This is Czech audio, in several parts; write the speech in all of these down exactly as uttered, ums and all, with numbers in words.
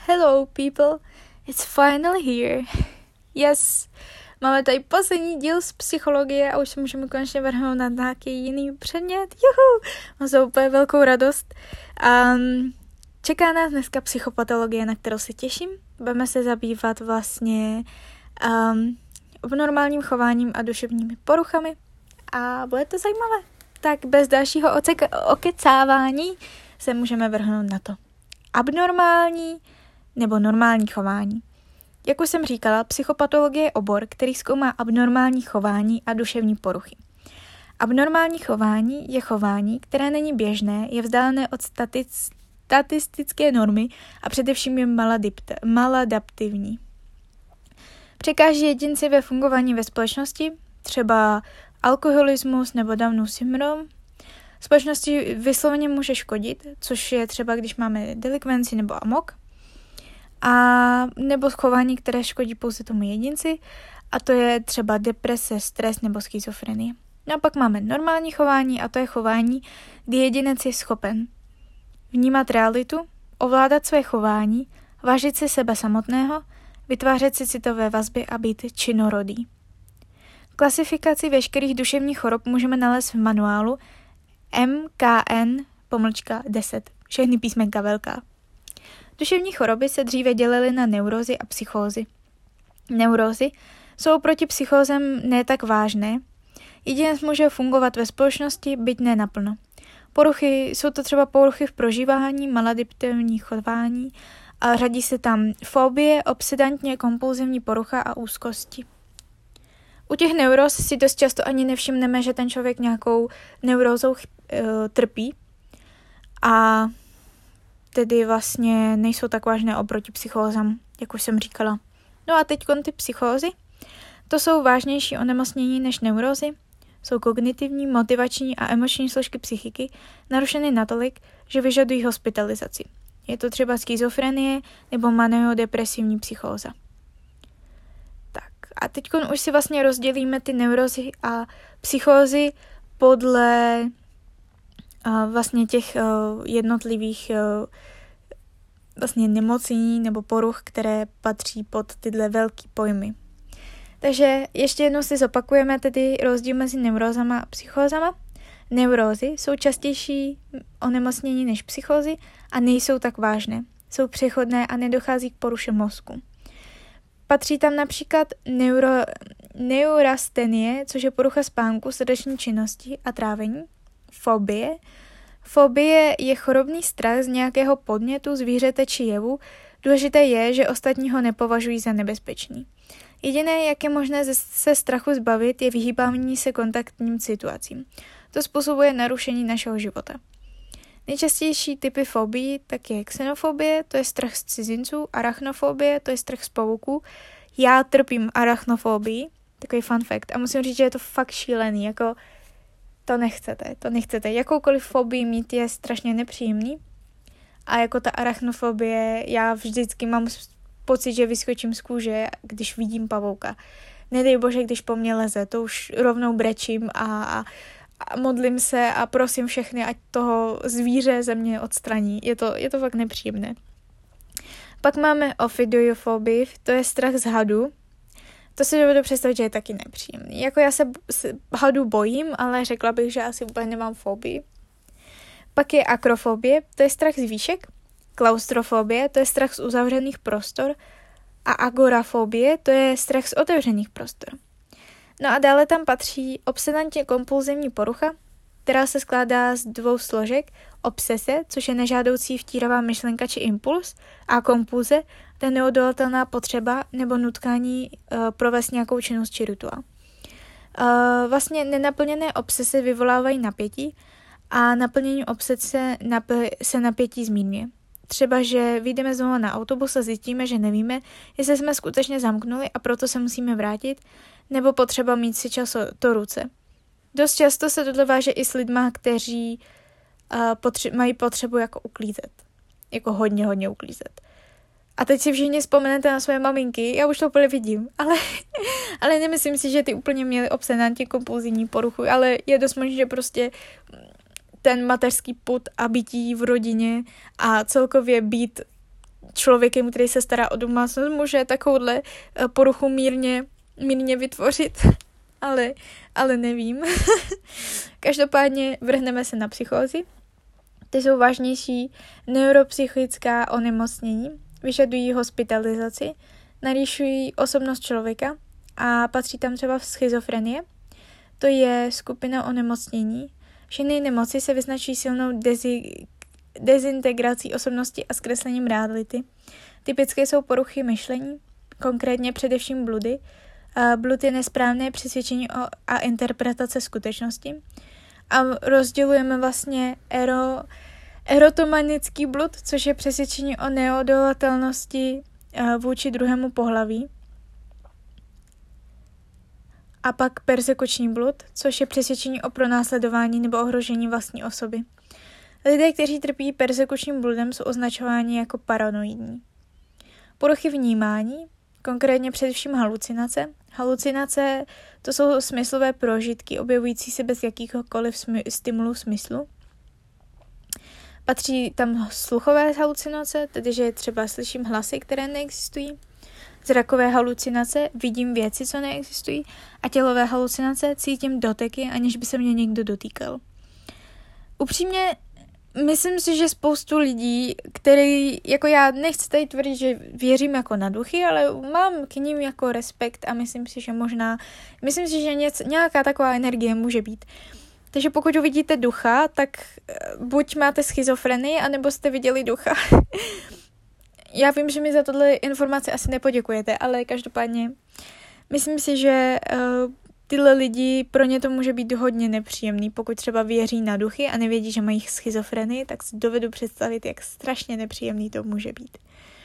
Hello people, it's finally here. Yes, máme tady poslední díl z psychologie a už se můžeme konečně vrhnout na nějaký jiný předmět. Juhu, mám za úplně velkou radost. Um, čeká nás dneska psychopatologie, na kterou se těším. Budeme se zabývat vlastně um, abnormálním chováním a duševními poruchami a bude to zajímavé. Tak bez dalšího ocek- okecávání se můžeme vrhnout na to. Abnormální nebo normální chování. Jak už jsem říkala, psychopatologie je obor, který zkoumá abnormální chování a duševní poruchy. Abnormální chování je chování, které není běžné, je vzdálené od static, statistické normy a především je maladipt, maladaptivní. Překáží jedinci ve fungování ve společnosti, třeba alkoholismus nebo Downův syndrom. Společnosti vysloveně může škodit, což je třeba, když máme delikvenci nebo amok, a nebo chování, které škodí pouze tomu jedinci, a to je třeba deprese, stres nebo schizofrenie. No a pak máme normální chování, a to je chování, kdy jedinec je schopen vnímat realitu, ovládat své chování, vážit si sebe samotného, vytvářet si citové vazby a být činorodý. Klasifikaci veškerých duševních chorob můžeme nalézt v manuálu M K N pomlčka deset, všechny písmenka velká. Duševní choroby se dříve dělily na neurózy a psychózy. Neurózy jsou proti psychózem ne tak vážné. Jedinec může fungovat ve společnosti, byť ne naplno. Poruchy jsou to třeba poruchy v prožívání, maladaptivní chování a řadí se tam fobie, obsedantně kompulzivní porucha a úzkosti. U těch neuróz si dost často ani nevšimneme, že ten člověk nějakou neurózou e, trpí a tedy vlastně nejsou tak vážné oproti psychózám, jak už jsem říkala. No a teď ty psychózy, to jsou vážnější onemocnění než neurózy, jsou kognitivní, motivační a emoční složky psychiky narušeny natolik, že vyžadují hospitalizaci. Je to třeba schizofrenie nebo maniodepresivní psychóza. Tak a teď už si vlastně rozdělíme ty neurózy a psychózy podle uh, vlastně těch uh, jednotlivých uh, vlastně nemocí nebo poruch, které patří pod tyhle velký pojmy. Takže ještě jednou si zopakujeme tedy rozdíl mezi neurózama a psychózama. Neurózy jsou častější onemocnění než psychózy a nejsou tak vážné. Jsou přechodné a nedochází k poruše mozku. Patří tam například neuro, neurastenie, což je porucha spánku, srdeční činnosti a trávení. Fobie. Fobie je chorobný strach z nějakého podnětu, zvířete či jevu. Důležité je, že ostatní ho nepovažují za nebezpečný. Jediné, jak je možné se strachu zbavit, je vyhýbání se kontaktním situacím. To způsobuje narušení našeho života. Nejčastější typy fobií tak je xenofobie, to je strach z cizinců, arachnofobie, to je strach z pavouků. Já trpím arachnofobii, takový fun fact. A musím říct, že je to fakt šílený, jako to nechcete, to nechcete. Jakoukoliv fobii mít je strašně nepříjemný. A jako ta arachnofobie, já vždycky mám pocit, že vyskočím z kůže, když vidím pavouka. Nedej bože, když po mně leze, to už rovnou brečím a, a, a modlím se a prosím všechny, ať toho zvíře ze mě odstraní. Je to, je to fakt nepříjemné. Pak máme ophidiofobii, to je strach z hadu. To si dovedu představit, že je taky nepříjemný. Jako já se, se hadu bojím, ale řekla bych, že asi úplně nemám fobii. Pak je akrofobie, to je strach z výšek. Klaustrofobie, to je strach z uzavřených prostor. A agorafobie, to je strach z otevřených prostor. No a dále tam patří obsedantně kompulzivní porucha, která se skládá z dvou složek. Obsese, což je nežádoucí vtíravá myšlenka či impuls, a kompulze, to je neodolatelná potřeba nebo nutkání uh, provést nějakou činnost či rituál. Uh, vlastně nenaplněné obsese vyvolávají napětí a naplnění obsese napě- se napětí zmírňuje. Třeba, že vyjdeme znovu na autobus a zjistíme, že nevíme, jestli jsme skutečně zamknuli a proto se musíme vrátit, nebo potřeba mít si čas to ruce. Dost často se tohle váže i s lidma, kteří uh, potře- mají potřebu jako uklízet. Jako hodně, hodně uklízet. A teď si všichni vzpomenete na své maminky, já už to úplně vidím, ale, ale nemyslím si, že ty úplně měly obsedantně kompulzivní poruchu, ale je dost možné, že prostě ten mateřský pud a bytí v rodině a celkově být člověkem, který se stará o domácnost, může takovouhle poruchu mírně, mírně vytvořit, ale, ale nevím. Každopádně vrhneme se na psychózy. Ty jsou vážnější neuropsychická onemocnění, vyžadují hospitalizaci, narušují osobnost člověka a patří tam třeba schizofrenie. To je skupina onemocnění. Všechny nemoci se vyznačují silnou dezi- dezintegrací osobnosti a zkreslením reality. Typické jsou poruchy myšlení, konkrétně především bludy. A blud je nesprávné přesvědčení o, a interpretace skutečnosti. A rozdělujeme vlastně ero, erotomanický blud, což je přesvědčení o neodolatelnosti vůči druhému pohlaví. A pak persekuční blud, což je přesvědčení o pronásledování nebo ohrožení vlastní osoby. Lidé, kteří trpí persekučním bludem, jsou označováni jako paranoidní. Poruchy vnímání, konkrétně především halucinace. Halucinace to jsou smyslové prožitky, objevující se bez jakýchkoliv smy- stimulů smyslu. Patří tam sluchové halucinace, tedy že třeba slyším hlasy, které neexistují. Zrakové halucinace, vidím věci, co neexistují. A tělové halucinace, cítím doteky, aniž by se mě někdo dotýkal. Upřímně, myslím si, že spoustu lidí, který, jako já nechci tady tvrdit, že věřím jako na duchy, ale mám k ním jako respekt a myslím si, že možná, myslím si, že něco, nějaká taková energie může být. Takže pokud uvidíte ducha, tak buď máte schizofrenii, anebo jste viděli ducha. Já vím, že mi za tohle informace asi nepoděkujete, ale každopádně myslím si, že uh, tyhle lidi, pro ně to může být hodně nepříjemný. Pokud třeba věří na duchy a nevědí, že mají schizofrenii, tak si dovedu představit, jak strašně nepříjemný to může být.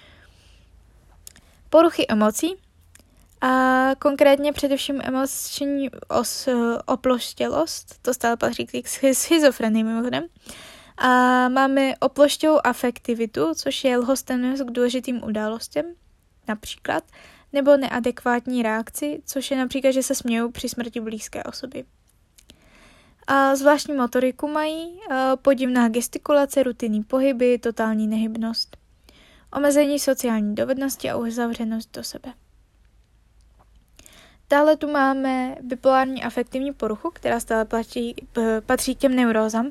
Poruchy emocí a konkrétně především emoční os, oploštělost, to stále patří k schizofrenii mimochodem. A máme oploštělou afektivitu, což je lhostejnost k důležitým událostem, například, nebo neadekvátní reakci, což je například, že se smějou při smrti blízké osoby. A zvláštní motoriku mají, podivná gestikulace, rutinní pohyby, totální nehybnost, omezení sociální dovednosti a uzavřenost do sebe. Dále tu máme bipolární afektivní poruchu, která stále patří, patří k těm neurózám.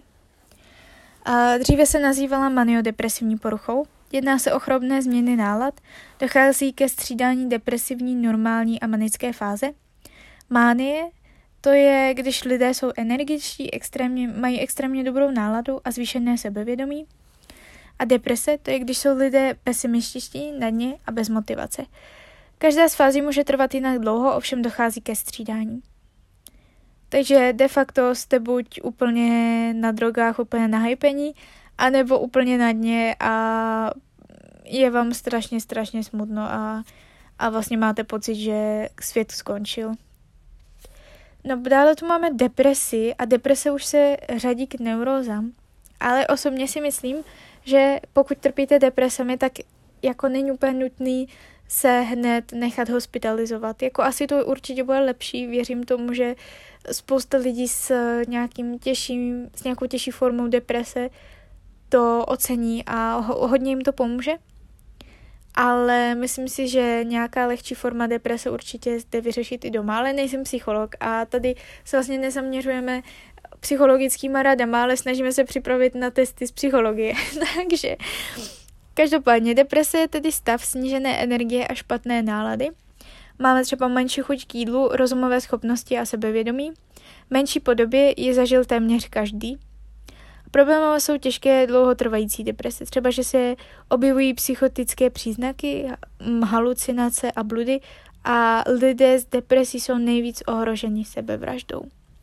A dříve se nazývala maniodepresivní poruchou. Jedná se o chorobné změny nálad, dochází ke střídání depresivní, normální a manické fáze. Mánie, to je, když lidé jsou energičtí, extrémně, mají extrémně dobrou náladu a zvýšené sebevědomí. A deprese, to je, když jsou lidé pesimističtí, na dně a bez motivace. Každá z fází může trvat jinak dlouho, ovšem dochází ke střídání. Takže de facto jste buď úplně na drogách, úplně na hypení, anebo úplně na dně a je vám strašně, strašně smutno a, a vlastně máte pocit, že svět skončil. No dále tu máme depresi a deprese už se řadí k neurózám, ale osobně si myslím, že pokud trpíte depresemi, tak jako není úplně nutný se hned nechat hospitalizovat. Jako asi to určitě bude lepší, věřím tomu, že spousta lidí s nějakým těžším, s nějakou těžší formou deprese to ocení a ho, hodně jim to pomůže. Ale myslím si, že nějaká lehčí forma deprese určitě jde vyřešit i doma, ale nejsem psycholog a tady se vlastně nezaměřujeme psychologickýma radama, ale snažíme se připravit na testy z psychologie. Takže každopádně deprese je tedy stav snížené energie a špatné nálady. Máme třeba menší chuť k jídlu, rozumové schopnosti a sebevědomí. Menší podobě je zažil téměř každý. Problémové jsou těžké dlouhotrvající deprese, třeba že se objevují psychotické příznaky, halucinace a bludy a lidé s depresí jsou nejvíc ohroženi sebevraždou.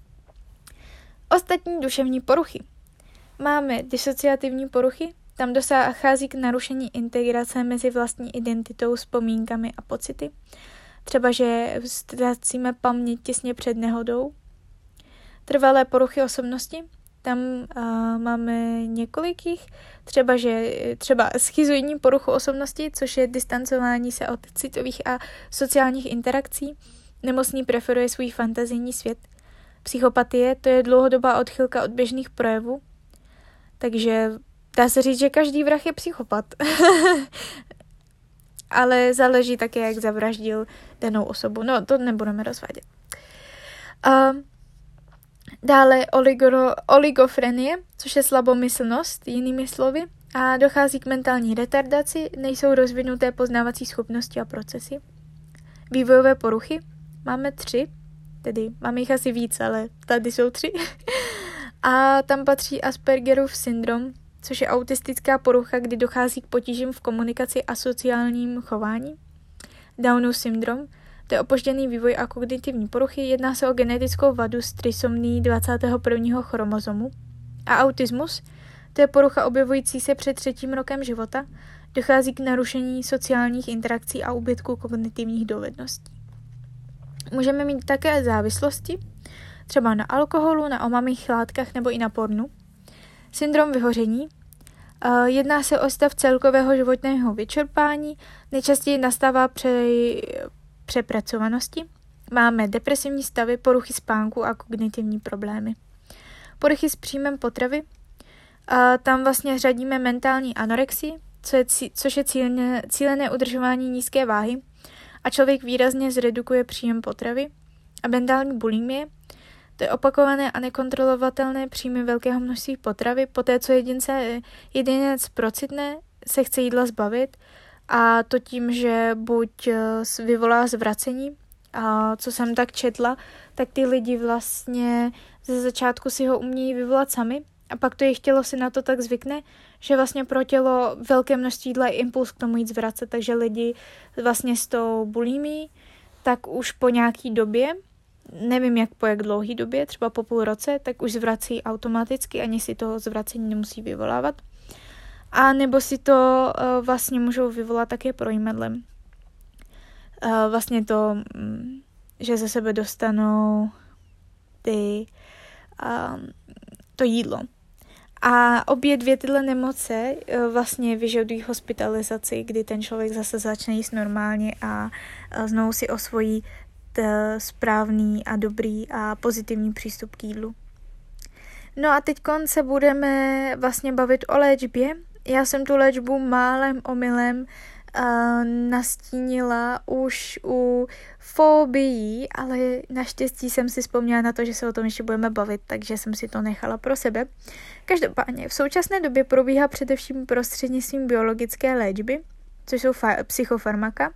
Ostatní duševní poruchy. Máme disociativní poruchy, tam dochází k narušení integrace mezi vlastní identitou, vzpomínkami a pocity. Třeba, že ztrácíme paměť těsně před nehodou. Trvalé poruchy osobnosti, tam uh, máme několik jich, třeba, že, třeba schizoidní poruchu osobnosti, což je distancování se od citových a sociálních interakcí. Nemocný preferuje svůj fantazijní svět. Psychopatie, to je dlouhodobá odchylka od běžných projevů, takže dá se říct, že každý vrah je psychopat. ale záleží také, jak zavraždil danou osobu. No, to nebudeme rozvádět. Uh, dále oligoro, oligofrenie, což je slabomyslnost, jinými slovy, a dochází k mentální retardaci, nejsou rozvinuté poznávací schopnosti a procesy. Vývojové poruchy máme tři, tedy máme jich asi víc, ale tady jsou tři. A tam patří Aspergerův syndrom, což je autistická porucha, kdy dochází k potížím v komunikaci a sociálním chování. Downův syndrom, to je opožděný vývoj a kognitivní poruchy, jedná se o genetickou vadu z trisomní dvacátého prvního chromozomu. A autismus, to je porucha objevující se před třetím rokem života, dochází k narušení sociálních interakcí a úbytku kognitivních dovedností. Můžeme mít také závislosti, třeba na alkoholu, na omamných látkách nebo i na pornu. Syndrom vyhoření. Jedná se o stav celkového životního vyčerpání, nejčastěji nastává při přepracovanosti. Máme depresivní stavy, poruchy spánku a kognitivní problémy. Poruchy s příjmem potravy. A tam vlastně řadíme mentální anorexii, co je, což je cílené, cílené udržování nízké váhy a člověk výrazně zredukuje příjem potravy. A mentální bulimie, to je opakované a nekontrolovatelné příjmy velkého množství potravy, poté co jedince, jedinec procitne, se chce jídla zbavit, a to tím, že buď vyvolá zvracení, a co jsem tak četla, tak ty lidi vlastně ze začátku si ho umějí vyvolat sami, a pak to jejich tělo si na to tak zvykne, že vlastně pro tělo velké množství jídla je impuls k tomu jít zvracet, takže lidi vlastně s tou bulimií, tak už po nějaký době, nevím jak po jak dlouhý době, třeba po půl roce, tak už zvrací automaticky, ani si to zvracení nemusí vyvolávat. A nebo si to uh, vlastně můžou vyvolat také projímadlem. Uh, vlastně to, um, že ze sebe dostanou ty, um, to jídlo. A obě dvě tyhle nemoce uh, vlastně vyžadují hospitalizaci, kdy ten člověk zase začne jíst normálně a uh, znovu si osvojí t- správný a dobrý a pozitivní přístup k jídlu. No a teď se budeme vlastně bavit o léčbě. Já jsem tu léčbu málem omylem uh, nastínila už u fobií, ale naštěstí jsem si vzpomněla na to, že se o tom ještě budeme bavit, takže jsem si to nechala pro sebe. Každopádně v současné době probíhá především prostřednictvím biologické léčby, což jsou fa- psychofarmaka.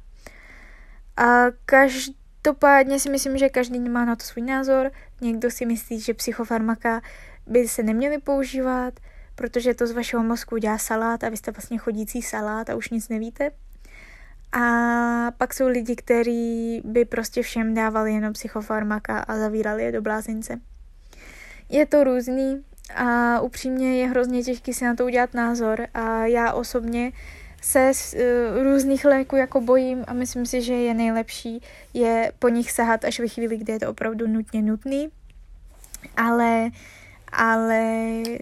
A každopádně si myslím, že každý má na to svůj názor. Někdo si myslí, že psychofarmaka by se neměly používat, protože to z vašeho mozku dělá salát a vy jste vlastně chodící salát a už nic nevíte. A pak jsou lidi, kteří by prostě všem dávali jenom psychofarmaka a zavírali je do blázince. Je to různý a upřímně je hrozně těžký si na to udělat názor a já osobně se z uh, různých léků jako bojím a myslím si, že je nejlepší je po nich sahat až ve chvíli, kdy je to opravdu nutně nutný. Ale, ale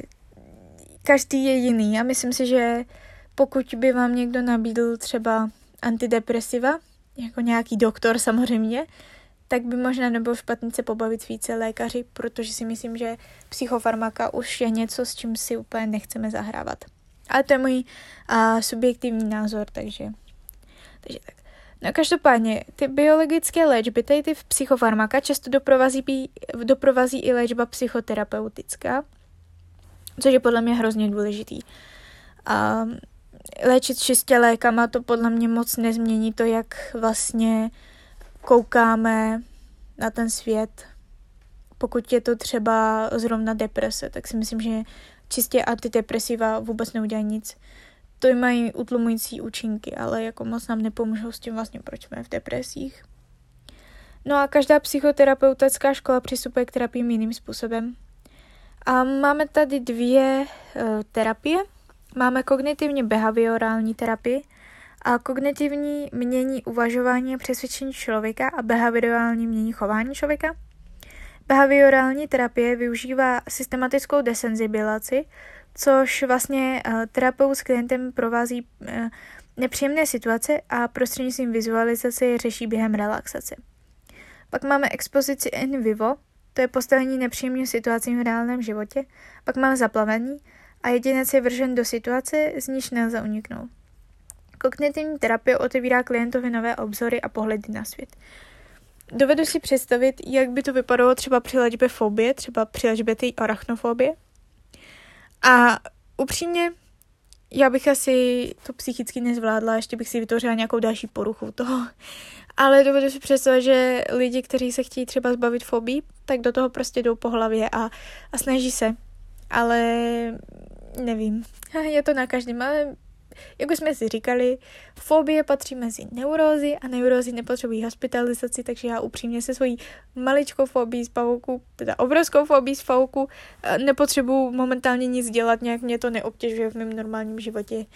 každý je jiný a myslím si, že pokud by vám někdo nabídl třeba antidepresiva, jako nějaký doktor samozřejmě, tak by možná nebylo špatný se pobavit s více lékaři, protože si myslím, že psychofarmaka už je něco, s čím si úplně nechceme zahrávat. Ale to je můj uh, subjektivní názor, takže, takže tak. No každopádně, ty biologické léčby, tady ty psychofarmaka často doprovází, doprovází i léčba psychoterapeutická, což je podle mě hrozně důležitý. A léčit čistě lékama to podle mě moc nezmění to, jak vlastně koukáme na ten svět. Pokud je to třeba zrovna deprese, tak si myslím, že čistě antidepresiva vůbec neudělají nic. To mají utlumující účinky, ale jako moc nám nepomůžou s tím vlastně, proč jsme v depresích. No a každá psychoterapeutická škola přistupuje k terapii jiným způsobem. A máme tady dvě uh, terapie. Máme kognitivně behaviorální terapii a kognitivní mění uvažování a přesvědčení člověka a behaviorální mění chování člověka. Behaviorální terapie využívá systematickou desenzibilizaci, což vlastně uh, terapeut s klientem provází uh, nepříjemné situace a prostřednictvím vizualizace je řeší během relaxace. Pak máme expozici in vivo, to je postavení nepříjemným situacím v reálném životě. Pak máme zaplavení a jedinec je vržen do situace, z níž nelze uniknout. Kognitivní terapie otevírá klientovi nové obzory a pohledy na svět. Dovedu si představit, jak by to vypadalo třeba při léčbě fobie, třeba při léčbě té arachnofobie. A upřímně, já bych asi to psychicky nezvládla, ještě bych si vytvořila nějakou další poruchu toho. Ale dovedu si představit, že lidi, kteří se chtějí třeba zbavit fobii, tak do toho prostě jdou po hlavě a, a snaží se. Ale nevím, je to na každém, ale jak už jsme si říkali, fobie patří mezi neurózy a neurózy nepotřebují hospitalizaci, takže já upřímně se svojí maličkou fobií z pavouku, teda obrovskou fobií z pavouku, nepotřebuji momentálně nic dělat, nějak mě to neobtěžuje v mém normálním životě.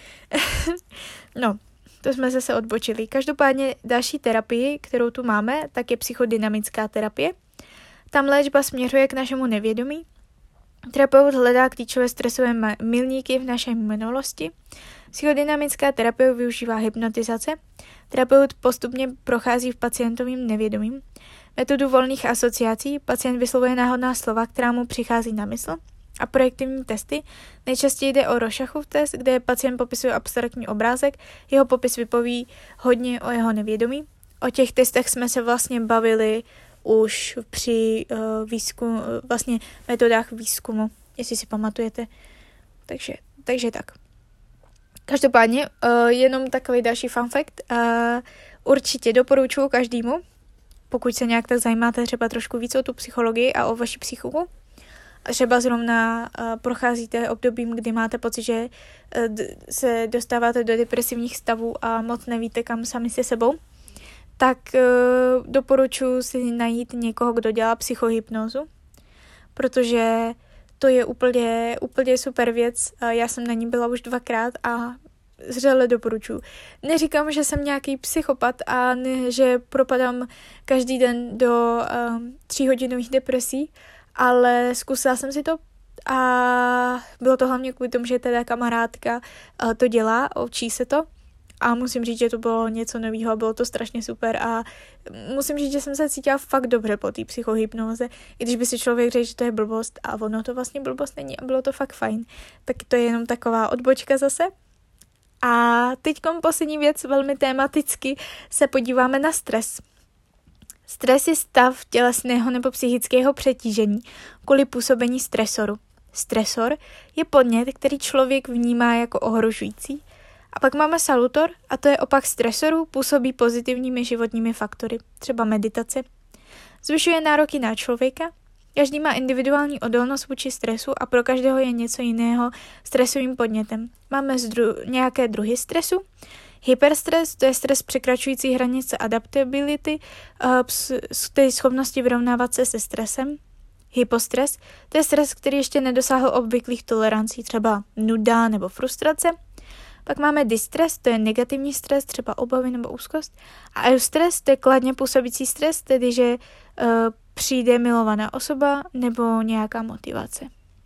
No, to jsme zase odbočili. Každopádně další terapii, kterou tu máme, tak je psychodynamická terapie. Tam léčba směřuje k našemu nevědomí. Terapeut hledá klíčové stresové milníky v naší minulosti. Psychodynamická terapie využívá hypnotizace. Terapeut postupně prochází v pacientovým nevědomím. Metodu volných asociací pacient vyslovuje náhodná slova, která mu přichází na mysl. A projektivní testy. Nejčastěji jde o Rorschachův test, kde pacient popisuje abstraktní obrázek. Jeho popis vypoví hodně o jeho nevědomí. O těch testech jsme se vlastně bavili už při uh, výzkumu, vlastně metodách výzkumu, jestli si pamatujete. Takže, takže tak. Každopádně, uh, jenom takový další fun fact. Uh, určitě doporučuji každému, pokud se nějak tak zajímáte třeba trošku víc o tu psychologii a o vaši psychiku. A třeba zrovna uh, procházíte obdobím, kdy máte pocit, že uh, d- se dostáváte do depresivních stavů a moc nevíte kam sami se sebou, tak uh, doporučuji si najít někoho, kdo dělá psychohypnózu, protože to je úplně, úplně super věc. Uh, já jsem na ní byla už dvakrát a zřele doporučuji. Neříkám, že jsem nějaký psychopat a ne, že propadám každý den do um, tříhodinových depresí, ale zkusila jsem si to a bylo to hlavně kvůli tomu, že teda kamarádka uh, to dělá, učí se to. A musím říct, že to bylo něco nového, bylo to strašně super a musím říct, že jsem se cítila fakt dobře po té psychohypnóze, i když by si člověk řekl, že to je blbost a ono to vlastně blbost není a bylo to fakt fajn. Tak to je jenom taková odbočka zase. A teďkom poslední věc, velmi tematicky se podíváme na stres. Stres je stav tělesného nebo psychického přetížení kvůli působení stresoru. Stresor je podnět, který člověk vnímá jako ohrožující. A pak máme salutor, a to je opak stresoru, působí pozitivními životními faktory, třeba meditace. Zvyšuje nároky na člověka, každý má individuální odolnost vůči stresu a pro každého je něco jiného stresovým podnětem. Máme zdru- nějaké druhy stresu. Hyperstres, to je stres překračující hranice adaptability, uh, schopnosti vyrovnávat se se stresem. Hypostres, to je stres, který ještě nedosáhl obvyklých tolerancí, třeba nuda nebo frustrace. Pak máme distres, to je negativní stres, třeba obavy nebo úzkost. A eustres, to je kladně působící stres, tedy že uh, přijde milovaná osoba nebo nějaká motivace.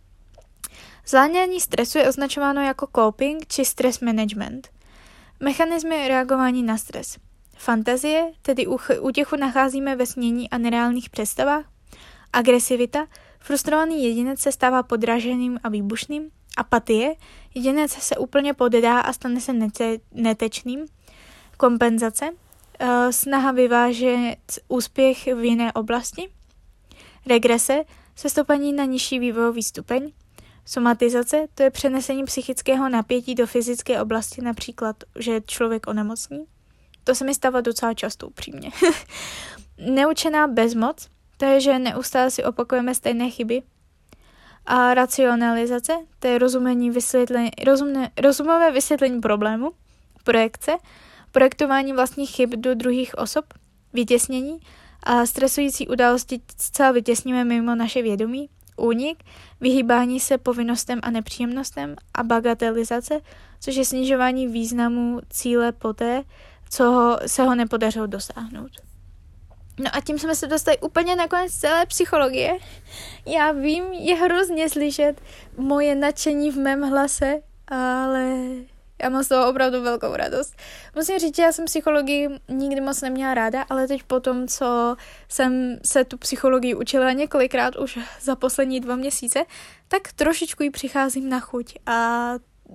Zvládání stresu je označováno jako coping či stress management. Mechanismy reagování na stres. Fantazie, tedy útěchu nacházíme ve snění a nereálných představách. Agresivita, frustrovaný jedinec se stává podraženým a výbušným. Apatie, jedinec se úplně poddá a stane se nete- netečným. Kompenzace, uh, snaha vyvážet úspěch v jiné oblasti. Regrese, sestoupení na nižší vývojový stupeň. Somatizace, to je přenesení psychického napětí do fyzické oblasti, například, že člověk onemocní. To se mi stává docela často upřímně. Neučená bezmoc, to je, že neustále si opakujeme stejné chyby. A racionalizace, to je rozumění vysvětlení, rozumné, rozumové vysvětlení problému. Projekce, projektování vlastních chyb do druhých osob. Vytěsnění a stresující události zcela vytěsníme mimo naše vědomí. Únik, vyhýbání se povinnostem a nepříjemnostem a bagatelizace, což je snižování významu cíle poté, co ho, se ho nepodařilo dosáhnout. No a tím jsme se dostali úplně na konec celé psychologie. Já vím, je hrozně slyšet moje nadšení v mém hlase, ale já mám z toho opravdu velkou radost. Musím říct, že já jsem psychologii nikdy moc neměla ráda, ale teď po tom, co jsem se tu psychologii učila několikrát už za poslední dva měsíce, tak trošičku jí přicházím na chuť a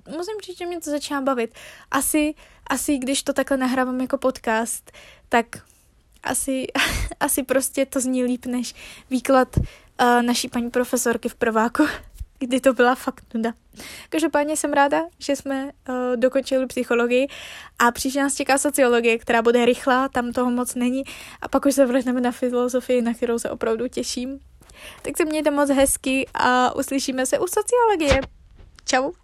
musím říct, že mě to začíná bavit. Asi, asi když to takhle nahrávám jako podcast, tak asi, asi prostě to zní líp než výklad uh, naší paní profesorky v prváku, kdy to byla fakt nuda. Každopádně jsem ráda, že jsme uh, dokončili psychologii a příště nás čeká sociologie, která bude rychlá, tam toho moc není a pak už se vrhneme na filozofii, na kterou se opravdu těším. Tak se mějte moc hezky a uslyšíme se u sociologie. Čau.